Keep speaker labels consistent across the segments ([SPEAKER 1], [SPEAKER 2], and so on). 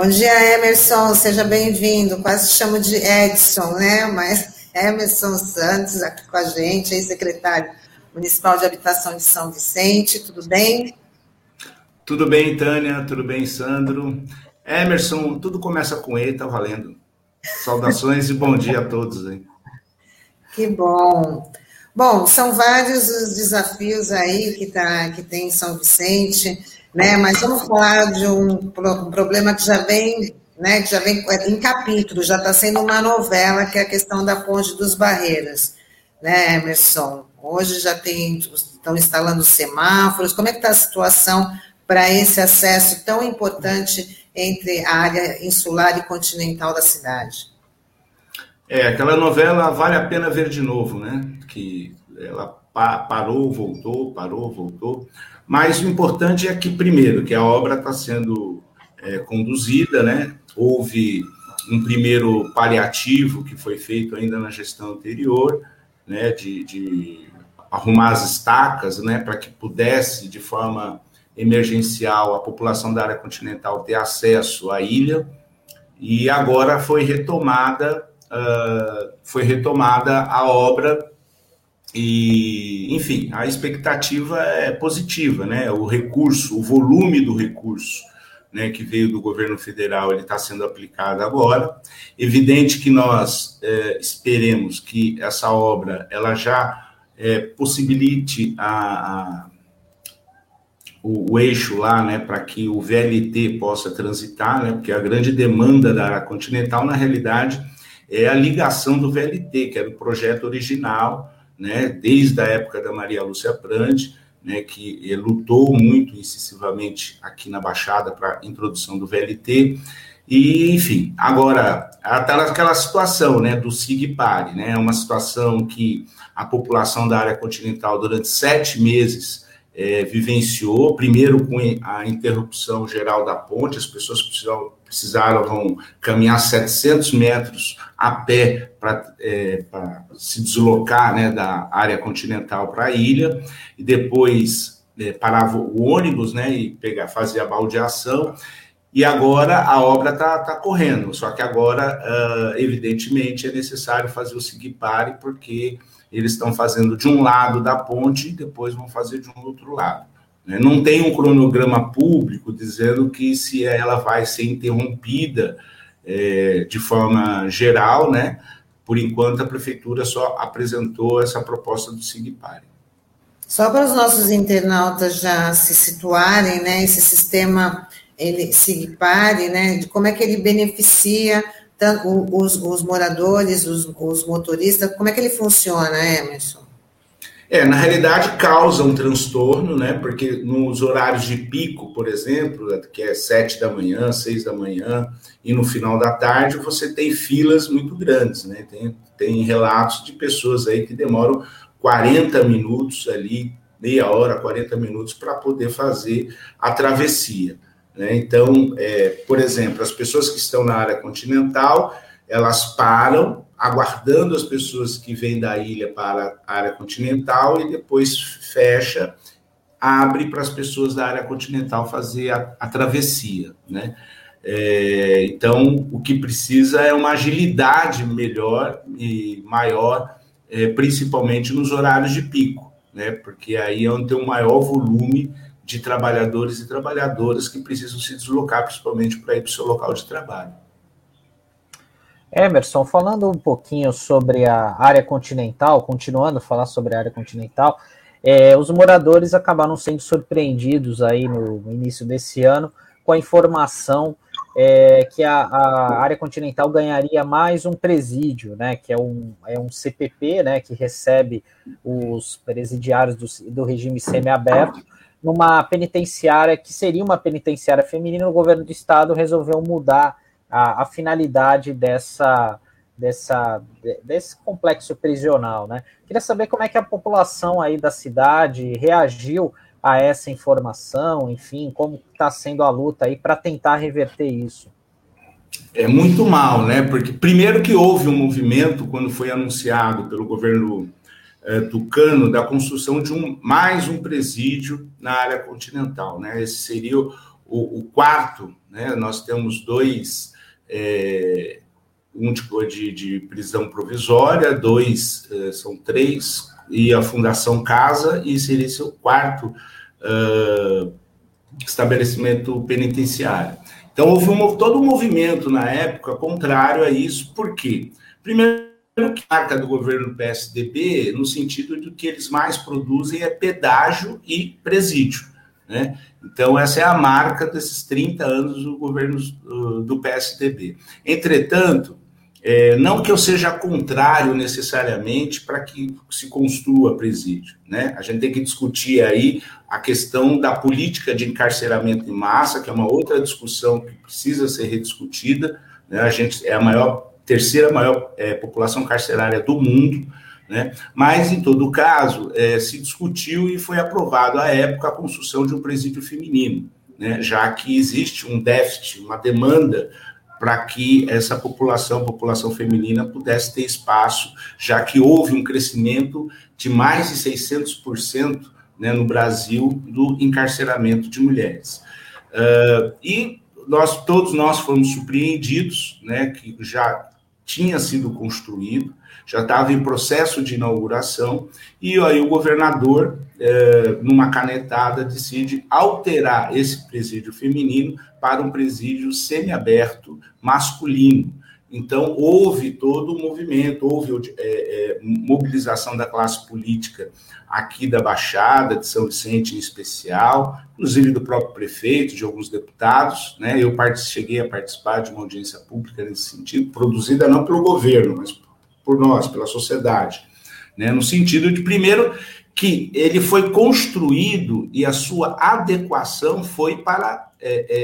[SPEAKER 1] Bom dia, Emerson, seja bem-vindo. Quase chamo de Edson, né? Mas Emerson Santos aqui com a gente, ex-secretário municipal de habitação de São Vicente, tudo bem?
[SPEAKER 2] Tudo bem, Tânia? Tudo bem, Sandro? Emerson, tudo começa com E, tá valendo. Saudações e bom dia a todos aí.
[SPEAKER 1] Que bom. Bom, são vários os desafios aí que tem em São Vicente, né? Mas vamos falar de um problema que já vem, né? Que já vem em capítulo, já está sendo uma novela, que é a questão da Ponte dos Barreiras, né, Emerson? Hoje estão instalando semáforos. Como é que está a situação para esse acesso tão importante entre a área insular e continental da cidade?
[SPEAKER 2] Aquela novela vale a pena ver de novo, né? Que ela parou, voltou. Mas o importante é que, primeiro, que a obra está sendo conduzida, né? Houve um primeiro paliativo que foi feito ainda na gestão anterior, né? De arrumar as estacas, né? Para que pudesse, de forma emergencial, a população da área continental ter acesso à ilha. E agora foi retomada a obra e, enfim, a expectativa é positiva, né? O recurso, o volume do recurso, né, que veio do governo federal, ele está sendo aplicado agora. Evidente que nós esperemos que essa obra ela já possibilite o eixo lá, né, para que o VLT possa transitar, né, porque a grande demanda da área continental, na realidade, é a ligação do VLT, que era o projeto original, né, desde a época da Maria Lúcia Prandi, né, que lutou muito incisivamente aqui na Baixada para a introdução do VLT. E, enfim, agora está naquela situação, né, do SIG-PARE, né, uma situação que a população da área continental, durante 7 meses, vivenciou, primeiro com a interrupção geral da ponte, as pessoas precisaram caminhar 700 metros a pé para se deslocar, né, da área continental para a ilha, e depois parava o ônibus, né, e fazia a baldeação, e agora a obra está correndo, só que agora, evidentemente, é necessário fazer o SIG-PARE, porque eles estão fazendo de um lado da ponte e depois vão fazer de um outro lado. Não tem um cronograma público dizendo que se ela vai ser interrompida de forma geral, né? Por enquanto, a prefeitura só apresentou essa proposta do SIG-PARE.
[SPEAKER 1] Só para os nossos internautas já se situarem, né? Esse sistema SIG-PARE, né? De como é que ele beneficia os moradores, os motoristas, como é que ele funciona, Emerson?
[SPEAKER 2] Na realidade, causa um transtorno, né? Porque nos horários de pico, por exemplo, que é 7 da manhã, 6 da manhã, e no final da tarde, você tem filas muito grandes, né? Tem relatos de pessoas aí que demoram 40 minutos ali, meia hora, 40 minutos, para poder fazer a travessia. Né? Então, por exemplo, as pessoas que estão na área continental, elas param, aguardando as pessoas que vêm da ilha para a área continental e depois fecha, abre para as pessoas da área continental fazer a travessia. Né? Então, o que precisa é uma agilidade melhor e maior, principalmente nos horários de pico, né? Porque aí é onde tem um maior volume de trabalhadores e trabalhadoras que precisam se deslocar, principalmente para ir para o seu local de trabalho.
[SPEAKER 3] Emerson, falando um pouquinho sobre a área continental, continuando a falar sobre a área continental, os moradores acabaram sendo surpreendidos aí no início desse ano com a informação que a área continental ganharia mais um presídio, né, que é um CPP, né, que recebe os presidiários do regime semiaberto, numa penitenciária que seria uma penitenciária feminina. O governo do estado resolveu mudar a finalidade desse complexo prisional, né? Queria saber como é que a população aí da cidade reagiu a essa informação, enfim, como está sendo a luta aí para tentar reverter isso.
[SPEAKER 2] É muito mal, né? Porque primeiro que houve um movimento quando foi anunciado pelo governo Tucano da construção de mais um presídio na área continental, né? Esse seria o quarto, né? Nós temos dois, um de prisão provisória, dois, são três, e a Fundação Casa, e seria esse o quarto estabelecimento penitenciário. Então, houve todo um movimento na época contrário a isso. Por quê? Primeiro, que a marca do governo do PSDB, no sentido de que eles mais produzem é pedágio e presídio, né? Então, essa é a marca desses 30 anos do governo do PSDB. Entretanto, não que eu seja contrário necessariamente para que se construa presídio, né? A gente tem que discutir aí a questão da política de encarceramento em massa, que é uma outra discussão que precisa ser rediscutida, né? A gente é a terceira maior população carcerária do mundo, né? Mas, em todo caso, se discutiu e foi aprovado à época a construção de um presídio feminino, né? Já que existe um déficit, uma demanda para que essa população feminina, pudesse ter espaço, já que houve um crescimento de mais de 600%, né, no Brasil, do encarceramento de mulheres. E todos nós fomos surpreendidos, né, que já tinha sido construído, já estava em processo de inauguração, e aí o governador, numa canetada, decide alterar esse presídio feminino para um presídio semiaberto masculino. Então, houve todo o movimento, houve mobilização da classe política aqui da Baixada, de São Vicente em especial, inclusive do próprio prefeito, de alguns deputados, né? Eu cheguei a participar de uma audiência pública nesse sentido, produzida não pelo governo, mas por nós, pela sociedade, né? No sentido de, primeiro, que ele foi construído e a sua adequação foi para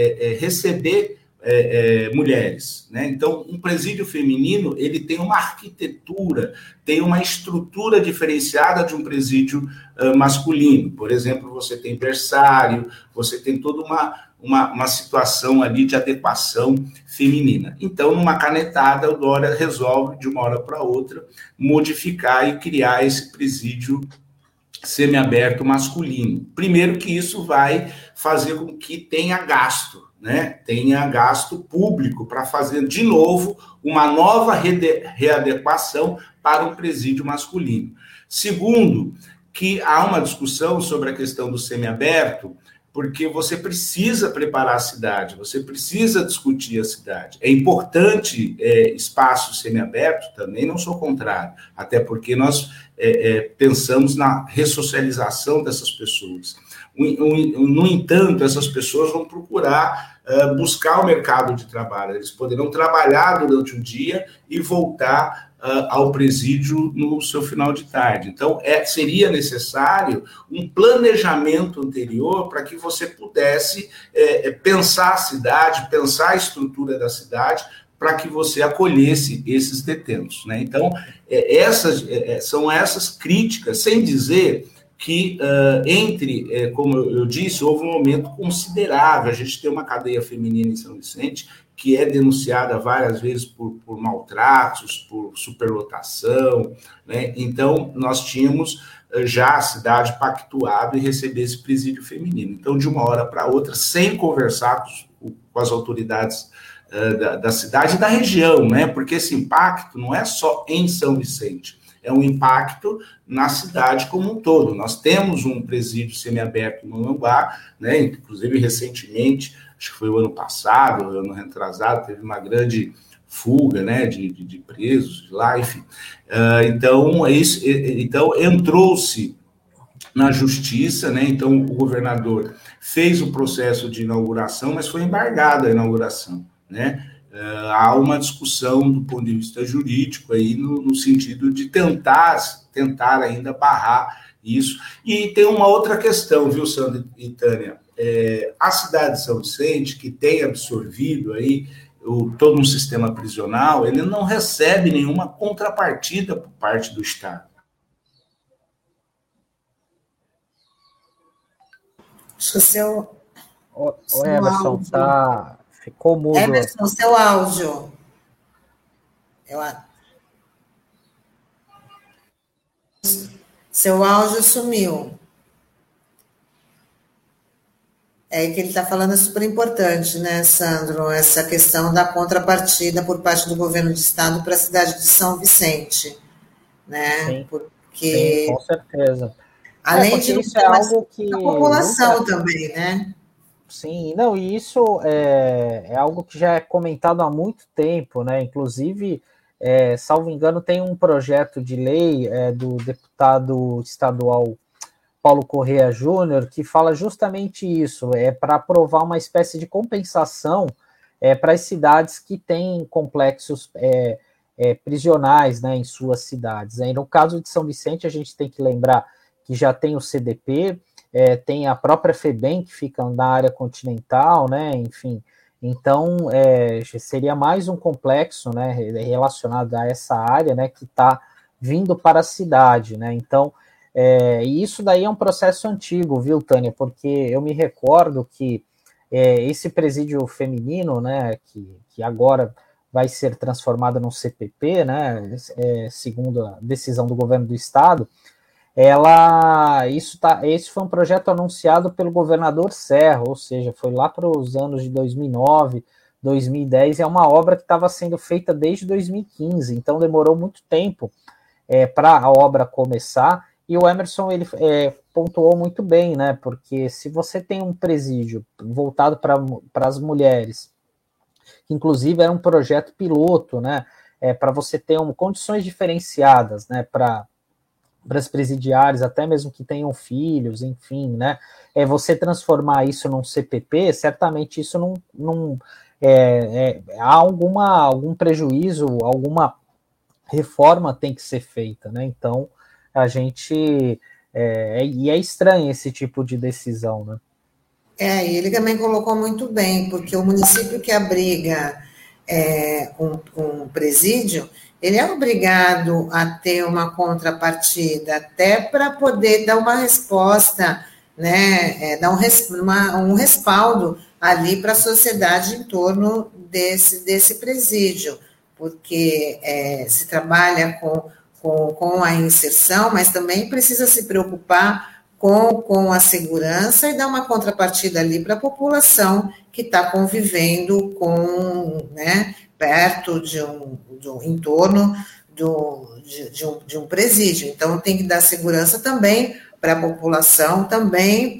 [SPEAKER 2] receber mulheres, né? Então, um presídio feminino, ele tem uma arquitetura, tem uma estrutura diferenciada de um presídio masculino. Por exemplo, você tem berçário, você tem toda uma situação ali de adequação feminina. Então, numa canetada, o Dória resolve, de uma hora para outra, modificar e criar esse presídio semiaberto masculino. Primeiro que isso vai fazer com que tenha gasto, né? Tenha gasto público para fazer, de novo, uma nova readequação para um presídio masculino. Segundo, que há uma discussão sobre a questão do semiaberto, porque você precisa preparar a cidade, você precisa discutir a cidade. É importante espaço semiaberto, também não sou contrário, até porque nós pensamos na ressocialização dessas pessoas. No entanto, essas pessoas vão procurar buscar o mercado de trabalho, eles poderão trabalhar durante o dia e voltar ao presídio no seu final de tarde. Então, seria necessário um planejamento anterior para que você pudesse pensar a cidade, pensar a estrutura da cidade, para que você acolhesse esses detentos, né? Então, são essas críticas, sem dizer que como eu disse, houve um aumento considerável. A gente tem uma cadeia feminina em São Vicente que é denunciada várias vezes por maltratos, por superlotação, né? Então, nós tínhamos já a cidade pactuado em receber esse presídio feminino. Então, de uma hora para outra, sem conversar com as autoridades da cidade e da região, né? Porque esse impacto não é só em São Vicente, é um impacto na cidade como um todo. Nós temos um presídio semiaberto no Mongaguá, né? Inclusive, recentemente, acho que foi o ano passado, o ano retrasado, teve uma grande fuga, né, de presos lá, enfim. Então, entrou-se na justiça, né? Então, o governador fez o processo de inauguração, mas foi embargada a inauguração, né? Há uma discussão do ponto de vista jurídico aí no sentido de tentar ainda barrar isso. E tem uma outra questão, viu, Sandra e Tânia? A cidade de São Vicente, que tem absorvido aí todo um sistema prisional, ele não recebe nenhuma contrapartida por parte do Estado.
[SPEAKER 3] O Emerson, ficou mudo.
[SPEAKER 1] Emerson, seu áudio. Seu áudio sumiu. É que ele está falando é super importante, né, Sandro? Essa questão da contrapartida por parte do governo do estado para a cidade de São Vicente, né?
[SPEAKER 3] Sim, sim,
[SPEAKER 1] Porque
[SPEAKER 3] com certeza.
[SPEAKER 1] além
[SPEAKER 3] Porque
[SPEAKER 1] de não
[SPEAKER 3] isso é
[SPEAKER 1] ter
[SPEAKER 3] algo
[SPEAKER 1] a
[SPEAKER 3] que
[SPEAKER 1] população
[SPEAKER 3] muita.
[SPEAKER 1] também, né?
[SPEAKER 3] Sim, não, e isso é algo que já é comentado há muito tempo, né? Inclusive, salvo engano, tem um projeto de lei do deputado estadual Paulo Correa Júnior que fala justamente isso, para aprovar uma espécie de compensação para as cidades que têm complexos prisionais, né, em suas cidades. No caso de São Vicente, a gente tem que lembrar que já tem o CDP, tem a própria FEBEM, que fica na área continental, né, enfim. Então, seria mais um complexo, né, relacionado a essa área, né, que está vindo para a cidade, né. Então, e isso daí é um processo antigo, viu, Tânia? Porque eu me recordo que esse presídio feminino, né, que agora vai ser transformado num CPP, né, segundo a decisão do governo do estado, esse foi um projeto anunciado pelo governador Serra, ou seja, foi lá para os anos de 2009, 2010, é uma obra que estava sendo feita desde 2015, então demorou muito tempo para a obra começar, e o Emerson ele pontuou muito bem, né, porque se você tem um presídio voltado para as mulheres, que inclusive era um projeto piloto, né, para você ter condições diferenciadas, né, para as presidiárias, até mesmo que tenham filhos, enfim, né? Você transformar isso num CPP, certamente isso não há algum prejuízo, alguma reforma tem que ser feita, né? Então a gente e é estranho esse tipo de decisão, né?
[SPEAKER 1] E ele também colocou muito bem, porque o município que abriga um presídio, ele é obrigado a ter uma contrapartida, até para poder dar uma resposta, né, dar um respaldo ali para a sociedade em torno desse presídio, porque se trabalha com a inserção, mas também precisa se preocupar com a segurança e dar uma contrapartida ali para a população que está convivendo né, perto em torno de um presídio. Então, tem que dar segurança também para a população, também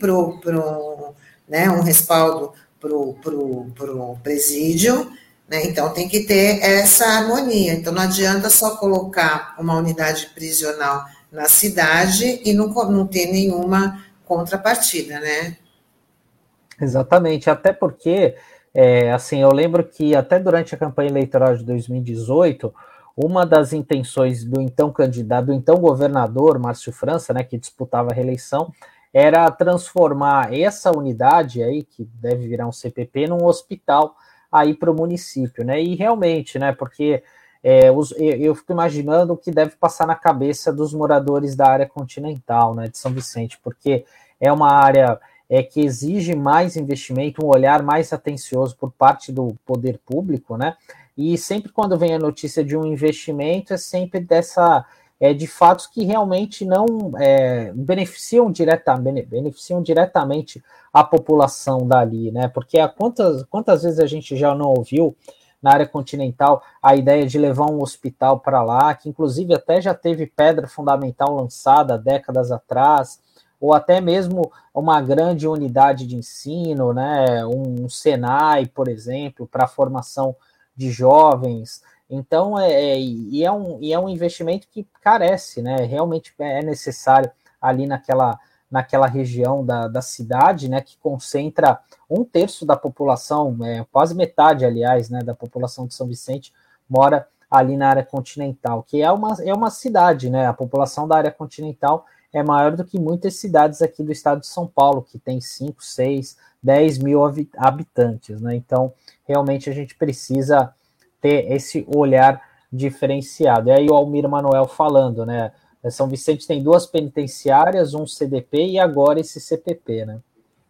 [SPEAKER 1] né, um respaldo para o presídio, né? Então, tem que ter essa harmonia. Então, não adianta só colocar uma unidade prisional na cidade e não ter nenhuma contrapartida, né?
[SPEAKER 3] Exatamente, até porque, assim, eu lembro que até durante a campanha eleitoral de 2018, uma das intenções do então candidato, do então governador, Márcio França, né, que disputava a reeleição, era transformar essa unidade aí, que deve virar um CPP, num hospital aí para o município, né, e realmente, né, porque eu fico imaginando o que deve passar na cabeça dos moradores da área continental, né, de São Vicente, porque é uma área que exige mais investimento, um olhar mais atencioso por parte do poder público, né? E sempre quando vem a notícia de um investimento, é sempre de fatos que realmente não beneficiam diretamente a população dali, né? Porque quantas vezes a gente já não ouviu na área continental a ideia de levar um hospital para lá, que inclusive até já teve pedra fundamental lançada décadas atrás, ou até mesmo uma grande unidade de ensino, né, um Senai, por exemplo, para a formação de jovens. Então, é um investimento que carece, né, realmente é necessário ali naquela região da cidade, né, que concentra 1/3 da população, quase metade, aliás, né, da população de São Vicente mora ali na área continental, que é uma cidade, né, a população da área continental é maior do que muitas cidades aqui do estado de São Paulo, que tem 5, 6, 10 mil habitantes, né? Então, realmente a gente precisa ter esse olhar diferenciado. E aí o Almir Manuel falando, né? São Vicente tem 2 penitenciárias, um CDP e agora esse CPP, né?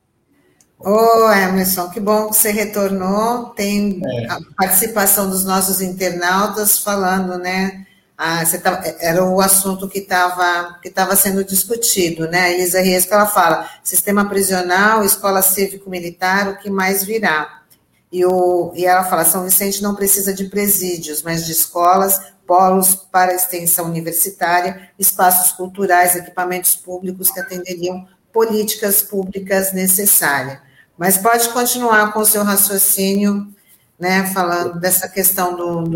[SPEAKER 1] Ô, Emerson, que bom que você retornou. Tem a participação dos nossos internautas falando, né, era o assunto que estava sendo discutido, né? A Elisa Riesco, ela fala, sistema prisional, escola cívico-militar, o que mais virá? E ela fala, São Vicente não precisa de presídios, mas de escolas, polos para extensão universitária, espaços culturais, equipamentos públicos que atenderiam políticas públicas necessárias. Mas pode continuar com o seu raciocínio, né, falando dessa questão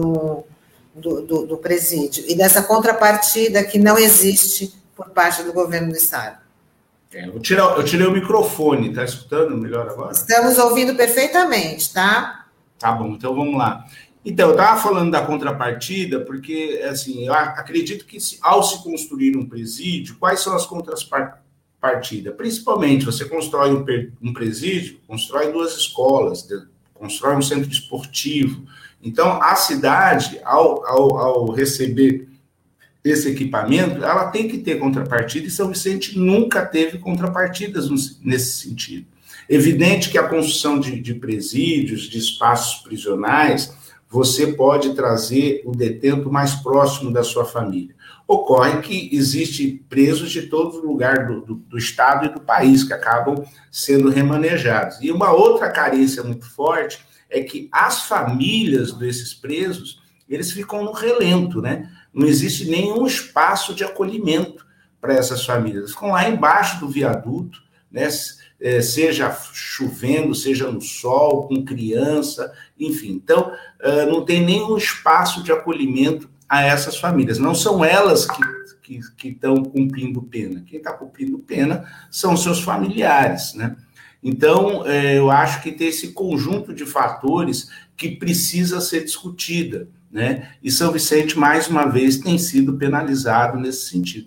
[SPEAKER 1] do presídio e dessa contrapartida que não existe por parte do governo do Estado.
[SPEAKER 2] Eu tirei o microfone, está escutando melhor agora?
[SPEAKER 1] Estamos ouvindo perfeitamente, tá?
[SPEAKER 2] Tá bom, então vamos lá. Então, eu estava falando da contrapartida, porque, assim, eu acredito que ao se construir um presídio, quais são as contrapartidas? Principalmente, você constrói um presídio, constrói 2 escolas, constrói um centro esportivo. Então, a cidade, ao receber esse equipamento, ela tem que ter contrapartida, e São Vicente nunca teve contrapartidas nesse sentido. Evidente que a construção de presídios, de espaços prisionais, você pode trazer o detento mais próximo da sua família. Ocorre que existe presos de todo lugar do estado e do país que acabam sendo remanejados. E uma outra carência muito forte é que as famílias desses presos, eles ficam no relento, né? Não existe nenhum espaço de acolhimento para essas famílias. Eles ficam lá embaixo do viaduto, né? Seja chovendo, seja no sol, com criança, enfim. Então, não tem nenhum espaço de acolhimento a essas famílias. Não são elas que estão cumprindo pena. Quem está cumprindo pena são seus familiares, né? Então, eu acho que tem esse conjunto de fatores que precisa ser discutida, né? E São Vicente, mais uma vez, tem sido penalizado nesse sentido.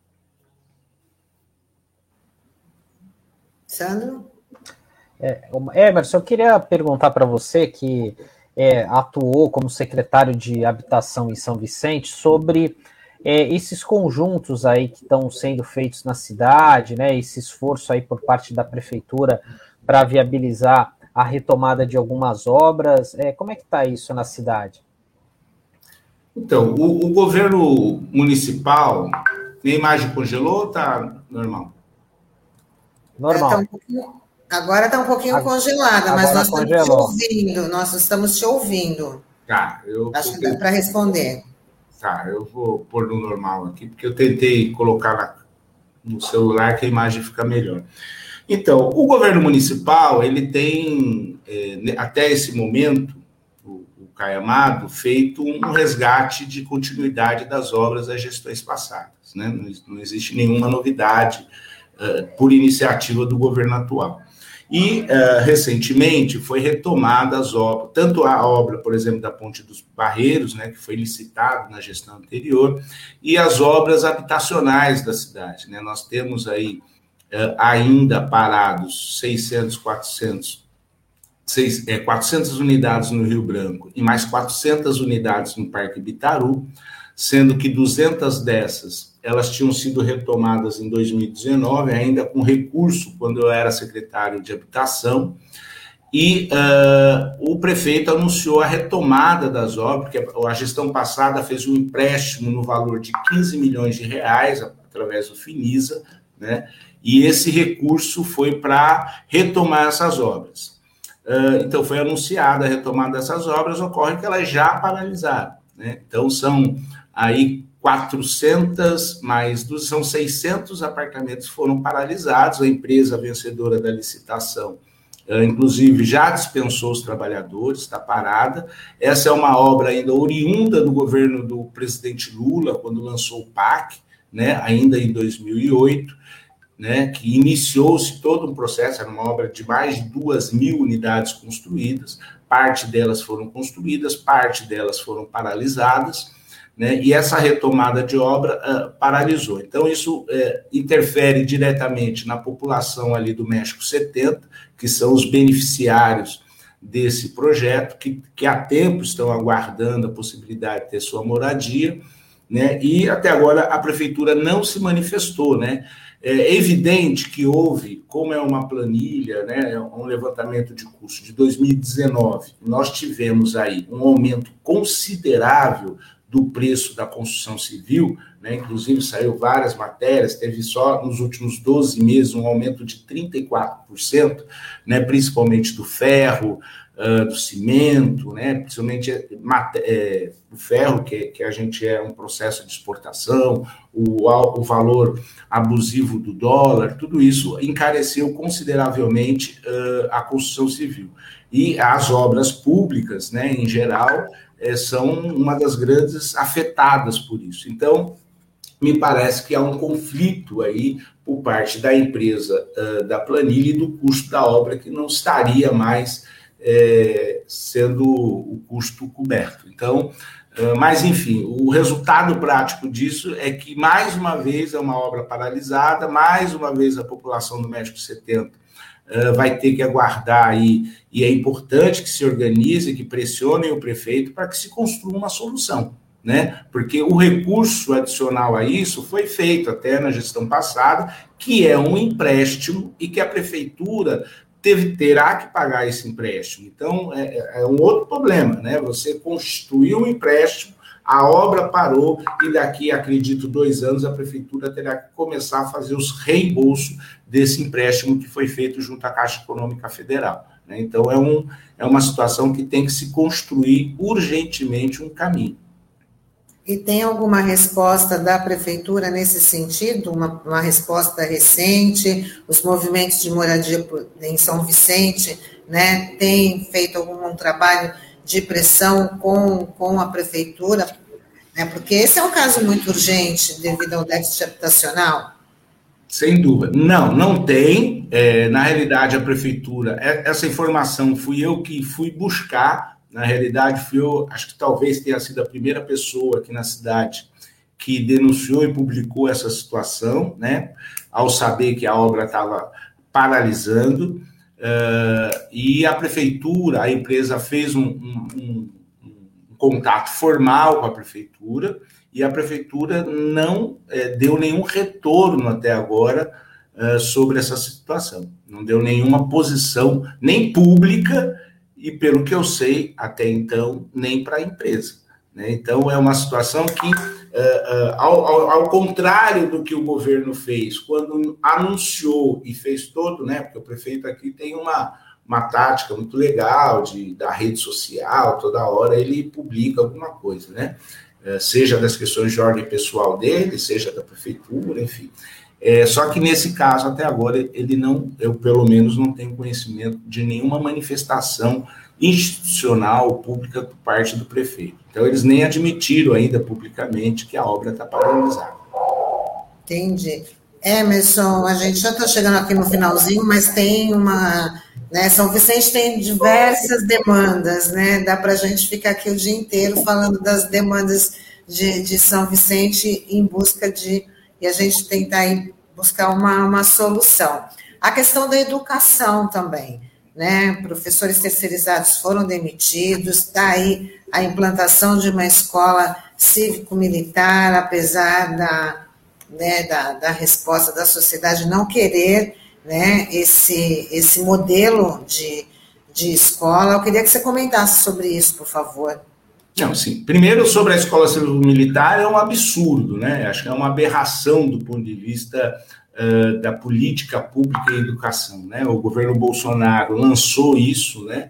[SPEAKER 1] Sandro?
[SPEAKER 3] Emerson, eu queria perguntar para você que atuou como secretário de Habitação em São Vicente sobre esses conjuntos aí que estão sendo feitos na cidade, né? Esse esforço aí por parte da prefeitura para viabilizar a retomada de algumas obras. Como é que está isso na cidade?
[SPEAKER 2] Então, o governo municipal, a imagem congelou ou está normal?
[SPEAKER 3] Normal.
[SPEAKER 1] Agora está um pouquinho congelada, mas nós estamos te ouvindo. Nós estamos te ouvindo.
[SPEAKER 2] Tá,
[SPEAKER 1] acho que dá para responder.
[SPEAKER 2] Tá, eu vou pôr no normal aqui, porque eu tentei colocar no celular que a imagem fica melhor. Então, o governo municipal, ele tem, até esse momento, o Caio Amado, feito um resgate de continuidade das obras das gestões passadas, né? Não existe nenhuma novidade por iniciativa do governo atual. E, recentemente, foi retomada as obras, tanto a obra, por exemplo, da Ponte dos Barreiros, né, que foi licitado na gestão anterior, e as obras habitacionais da cidade, né? Nós temos aí ainda parados 400 unidades no Rio Branco e mais 400 unidades no Parque Bitaru, sendo que 200 dessas elas tinham sido retomadas em 2019, ainda com recurso, quando eu era secretário de Habitação, e o prefeito anunciou a retomada das obras, porque a gestão passada fez um empréstimo no valor de 15 milhões de reais, através do Finisa, né? E esse recurso foi para retomar essas obras. Então, foi anunciada a retomada dessas obras, ocorre que elas já paralisaram, né? Então, são aí 400, são 600 apartamentos que foram paralisados. A empresa vencedora da licitação, inclusive, já dispensou os trabalhadores, está parada. Essa é uma obra ainda oriunda do governo do presidente Lula, quando lançou o PAC, né, ainda em 2008, né, que iniciou-se todo um processo, era uma obra de mais de 2.000 unidades construídas, parte delas foram construídas, parte delas foram paralisadas, né, e essa retomada de obra paralisou. Então, isso interfere diretamente na população ali do México 70, que são os beneficiários desse projeto, que há tempo estão aguardando a possibilidade de ter sua moradia, né, e até agora a prefeitura não se manifestou, né. É evidente que houve, como é uma planilha, né, um levantamento de custo de 2019, nós tivemos aí um aumento considerável do preço da construção civil, né? Inclusive saiu várias matérias, teve só nos últimos 12 meses um aumento de 34%, né? Principalmente do ferro, do cimento, né? Principalmente o ferro, que a gente é um processo de exportação, o valor abusivo do dólar, tudo isso encareceu consideravelmente a construção civil. E as obras públicas, né, em geral, são uma das grandes afetadas por isso. Então, me parece que há um conflito aí por parte da empresa da planilha e do custo da obra, que não estaria mais sendo o custo coberto. Então, mas, enfim, o resultado prático disso é que, mais uma vez, é uma obra paralisada, mais uma vez a população do México 70 vai ter que aguardar aí, e é importante que se organize, que pressionem o prefeito para que se construa uma solução, né? Porque o recurso adicional a isso foi feito até na gestão passada, que é um empréstimo e que a prefeitura terá que pagar esse empréstimo. Então, é um outro problema, né? Você constituiu um empréstimo, a obra parou e daqui, acredito, 2 anos, a prefeitura terá que começar a fazer os reembolsos desse empréstimo que foi feito junto à Caixa Econômica Federal, né? Então, é uma situação que tem que se construir urgentemente um caminho.
[SPEAKER 1] E tem alguma resposta da prefeitura nesse sentido? Uma resposta recente? Os movimentos de moradia em São Vicente, né, têm feito algum trabalho de pressão com a prefeitura? Né, porque esse é um caso muito urgente devido ao déficit habitacional.
[SPEAKER 2] Sem dúvida. Não tem. Na realidade, a prefeitura, essa informação fui eu que fui buscar. Na realidade, acho que talvez tenha sido a primeira pessoa aqui na cidade que denunciou e publicou essa situação, né? Ao saber que a obra estava paralisando, e a prefeitura, a empresa fez um contato formal com a prefeitura, e a prefeitura não deu nenhum retorno até agora sobre essa situação. Não deu nenhuma posição, nem pública, e, pelo que eu sei, até então, nem para a empresa, né? Então, é uma situação que, ao contrário do que o governo fez, quando anunciou e fez todo, né? Porque o prefeito aqui tem uma tática muito legal da rede social, toda hora ele publica alguma coisa, né? Seja das questões de ordem pessoal dele, seja da prefeitura, enfim. Só que nesse caso, até agora, eu pelo menos não tenho conhecimento de nenhuma manifestação institucional, pública, por parte do prefeito. Então, eles nem admitiram ainda publicamente que a obra está paralisada.
[SPEAKER 1] Entendi. Emerson, a gente já está chegando aqui no finalzinho, mas tem né, São Vicente tem diversas demandas, né? Dá para a gente ficar aqui o dia inteiro falando das demandas de São Vicente em busca e a gente tentar aí buscar uma solução. A questão da educação também, né? Professores terceirizados foram demitidos, está aí a implantação de uma escola cívico-militar, apesar da resposta da sociedade não querer, né, esse modelo de escola. Eu queria que você comentasse sobre isso, por favor.
[SPEAKER 2] Não, sim. Primeiro, sobre a escola cívico-militar, é um absurdo, né? Acho que é uma aberração do ponto de vista da política pública em educação, né? O governo Bolsonaro lançou isso, né,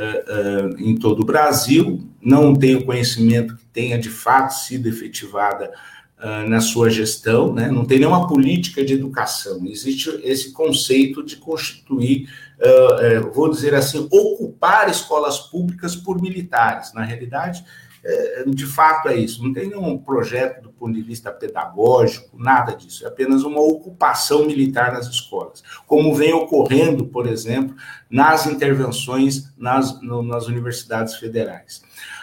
[SPEAKER 2] em todo o Brasil. Não tenho conhecimento que tenha, de fato, sido efetivada na sua gestão, né? Não tem nenhuma política de educação. Existe esse conceito de constituir, vou dizer assim, ocupar escolas públicas por militares. Na realidade, de fato é isso. Não tem nenhum projeto do ponto de vista pedagógico, nada disso. É apenas uma ocupação militar nas escolas, como vem ocorrendo, por exemplo, nas intervenções nas universidades federais.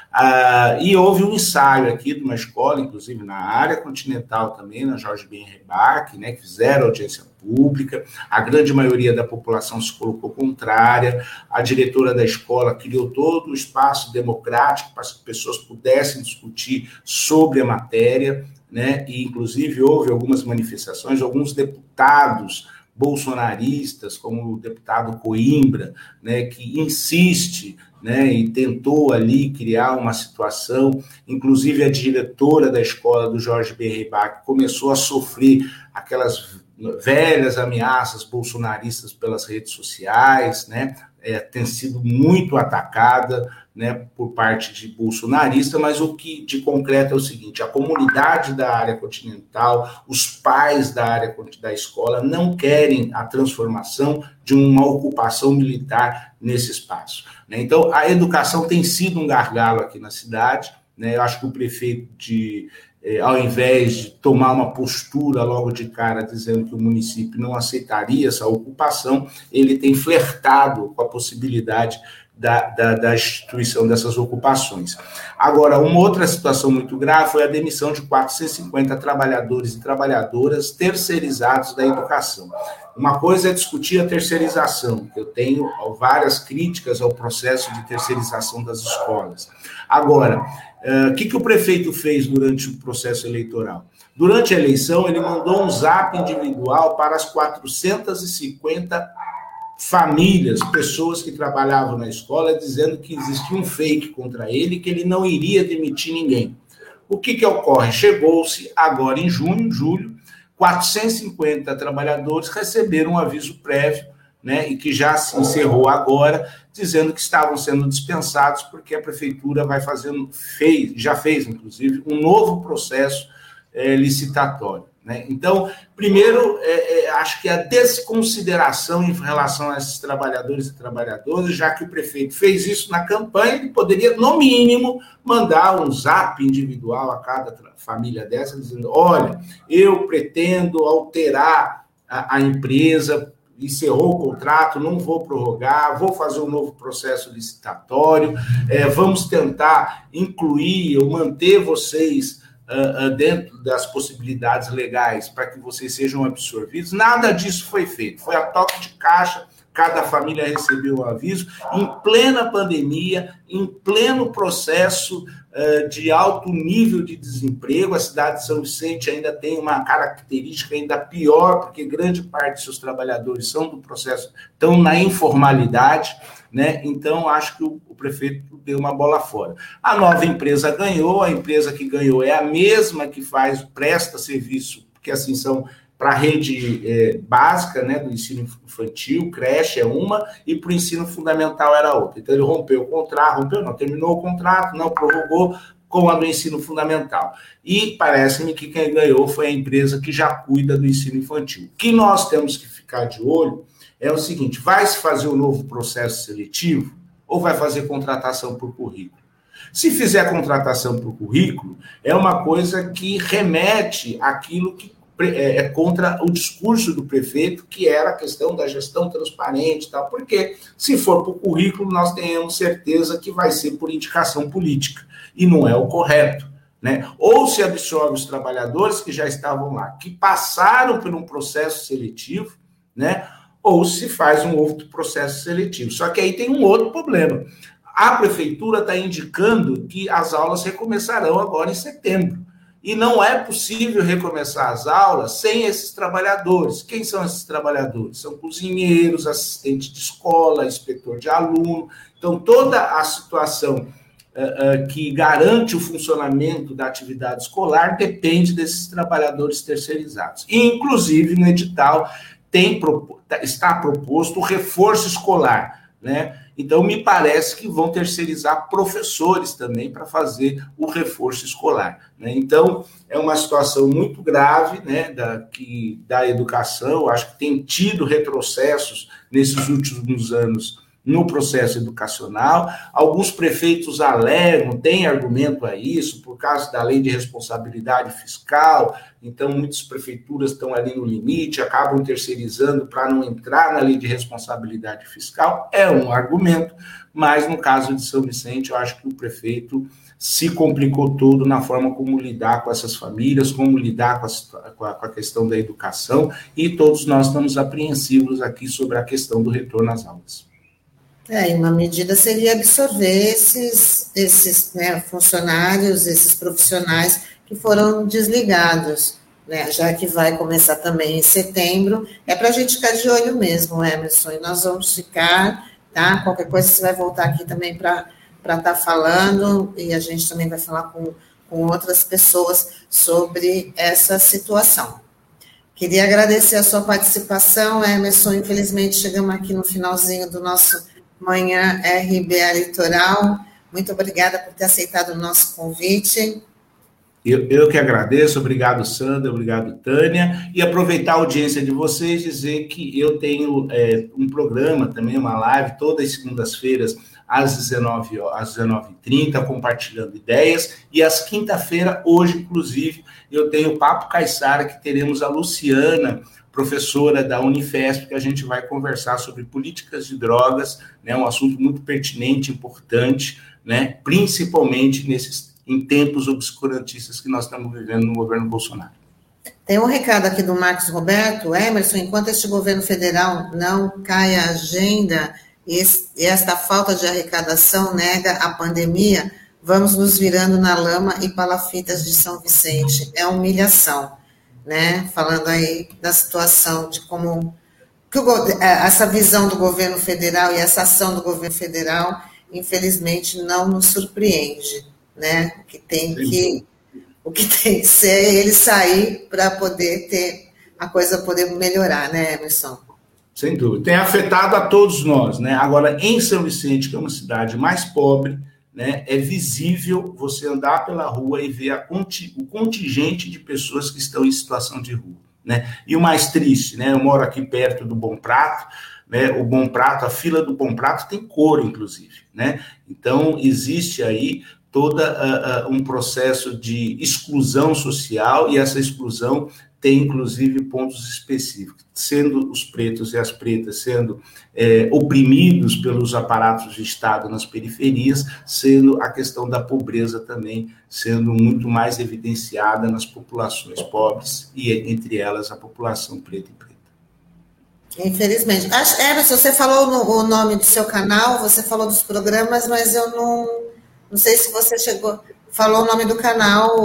[SPEAKER 2] E houve um ensaio aqui de uma escola, inclusive na área continental também, na Jorge Ben Rebaque, né, que fizeram audiência pública. A grande maioria da população se colocou contrária. A diretora da escola criou todo o espaço democrático para que as pessoas pudessem discutir sobre a matéria, né, e inclusive houve algumas manifestações, alguns deputados bolsonaristas, como o deputado Coimbra, né, que insiste né, e tentou ali criar uma situação, inclusive a diretora da escola do Jorge Berribach começou a sofrer aquelas velhas ameaças bolsonaristas pelas redes sociais, né, tem sido muito atacada, né, por parte de bolsonarista, mas o que de concreto é o seguinte: a comunidade da área continental, os pais da área da escola não querem a transformação de uma ocupação militar nesse espaço, né? Então, a educação tem sido um gargalo aqui na cidade, né? Eu acho que o prefeito, ao invés de tomar uma postura logo de cara dizendo que o município não aceitaria essa ocupação, ele tem flertado com a possibilidade da instituição dessas ocupações. Agora, uma outra situação muito grave foi a demissão de 450 trabalhadores e trabalhadoras terceirizados da educação. Uma coisa é discutir a terceirização, eu tenho várias críticas ao processo de terceirização das escolas. Agora, o que o prefeito fez durante o processo eleitoral? Durante a eleição, ele mandou um zap individual para as 450 famílias, pessoas que trabalhavam na escola, dizendo que existia um fake contra ele, que ele não iria demitir ninguém. O que ocorre? Chegou-se agora em julho, 450 trabalhadores receberam um aviso prévio, né, e que já se encerrou agora, dizendo que estavam sendo dispensados porque a prefeitura já fez, inclusive, um novo processo licitatório, né? Então, primeiro, acho que a desconsideração em relação a esses trabalhadores e trabalhadoras, já que o prefeito fez isso na campanha, ele poderia, no mínimo, mandar um zap individual a cada família dessa, dizendo: olha, eu pretendo alterar a empresa, encerrou o contrato, não vou prorrogar, vou fazer um novo processo licitatório, vamos tentar incluir ou manter vocês dentro das possibilidades legais para que vocês sejam absorvidos. Nada disso foi feito, foi a toque de caixa, cada família recebeu o aviso, em plena pandemia, em pleno processo de alto nível de desemprego. A cidade de São Vicente ainda tem uma característica ainda pior, porque grande parte dos seus trabalhadores são do processo, estão na informalidade, né? Então, acho que o prefeito deu uma bola fora. A nova empresa ganhou, a empresa que ganhou é a mesma que presta serviço, porque assim são para a rede básica, né, do ensino infantil, creche é uma, e para o ensino fundamental era outra. Então, ele rompeu o contrato, terminou o contrato, não prorrogou com a do ensino fundamental. E parece-me que quem ganhou foi a empresa que já cuida do ensino infantil. O que nós temos que ficar de olho é o seguinte: vai se fazer um novo processo seletivo ou vai fazer contratação por currículo? Se fizer contratação por currículo, é uma coisa que remete àquilo que é contra o discurso do prefeito, que era a questão da gestão transparente e tal, porque se for por currículo, nós tenhamos certeza que vai ser por indicação política, e não é o correto, né? Ou se absorve os trabalhadores que já estavam lá, que passaram por um processo seletivo, né? Ou se faz um outro processo seletivo. Só que aí tem um outro problema. A prefeitura está indicando que as aulas recomeçarão agora em setembro. E não é possível recomeçar as aulas sem esses trabalhadores. Quem são esses trabalhadores? São cozinheiros, assistentes de escola, inspetor de aluno. Então, toda a situação que garante o funcionamento da atividade escolar depende desses trabalhadores terceirizados. E, inclusive, no edital está proposto o reforço escolar, né? Então, me parece que vão terceirizar professores também para fazer o reforço escolar, né? Então, é uma situação muito grave, né, da educação. Acho que tem tido retrocessos nesses últimos anos no processo educacional. Alguns prefeitos alegam, têm argumento a isso, por causa da lei de responsabilidade fiscal. Então, muitas prefeituras estão ali no limite, acabam terceirizando para não entrar na lei de responsabilidade fiscal. É um argumento, mas no caso de São Vicente, eu acho que o prefeito se complicou todo na forma como lidar com essas famílias, como lidar com a questão da educação, e todos nós estamos apreensivos aqui sobre a questão do retorno às aulas.
[SPEAKER 1] E uma medida seria absorver esses né, funcionários, esses profissionais que foram desligados, né, já que vai começar também em setembro. É para a gente ficar de olho mesmo, Emerson, e nós vamos ficar, tá? Qualquer coisa você vai voltar aqui também para estar falando, e a gente também vai falar com outras pessoas sobre essa situação. Queria agradecer a sua participação, Emerson. Infelizmente, chegamos aqui no finalzinho do nosso Manhã RBA Litoral. Muito obrigada por ter aceitado o nosso convite.
[SPEAKER 2] Eu que agradeço, obrigado, Sandra, obrigado, Tânia, e aproveitar a audiência de vocês, dizer que eu tenho um programa também, uma live, todas as segundas-feiras, às 19h30, compartilhando ideias, e às quinta-feira, hoje, inclusive, eu tenho o Papo Caiçara, que teremos a Luciana, professora da Unifesp, que a gente vai conversar sobre políticas de drogas, né, um assunto muito pertinente, importante, né, principalmente em tempos obscurantistas que nós estamos vivendo no governo Bolsonaro.
[SPEAKER 1] Tem um recado aqui do Marcos Roberto. Emerson, enquanto este governo federal não cai a agenda e esta falta de arrecadação nega a pandemia, vamos nos virando na lama e palafitas de São Vicente. É humilhação, né? Falando aí da situação de como essa visão do governo federal e essa ação do governo federal, infelizmente, não nos surpreende, né? O que tem que ser é ele sair para poder ter a coisa poder melhorar, né, Emerson?
[SPEAKER 2] Sem dúvida. Tem afetado a todos nós, né? Agora, em São Vicente, que é uma cidade mais pobre, né, é visível você andar pela rua e ver o contingente de pessoas que estão em situação de rua, né? E o mais triste, né? Eu moro aqui perto do Bom Prato, né? O Bom Prato, a fila do Bom Prato tem cor, inclusive, né? Então, existe aí todo um processo de exclusão social, e essa exclusão tem, inclusive, pontos específicos, sendo os pretos e as pretas sendo oprimidos pelos aparatos de Estado nas periferias, sendo a questão da pobreza também sendo muito mais evidenciada nas populações pobres, e entre elas a população preta e preta.
[SPEAKER 1] Infelizmente. Emerson, você falou o nome do seu canal, você falou dos programas, mas eu não sei se você falou o nome do canal.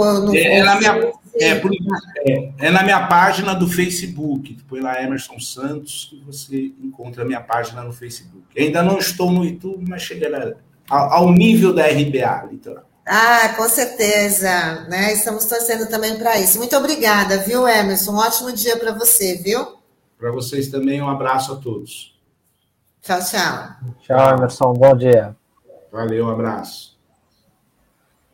[SPEAKER 2] É na minha página do Facebook. Põe lá Emerson Santos, que você encontra a minha página no Facebook. Ainda não estou no YouTube, mas chegará ao nível da RBA Litoral.
[SPEAKER 1] Com certeza, né? Estamos torcendo também para isso. Muito obrigada, viu, Emerson? Um ótimo dia para você, viu?
[SPEAKER 2] Para vocês também, um abraço a todos.
[SPEAKER 1] Tchau, tchau.
[SPEAKER 3] Tchau, Emerson. Bom dia.
[SPEAKER 2] Valeu, um abraço.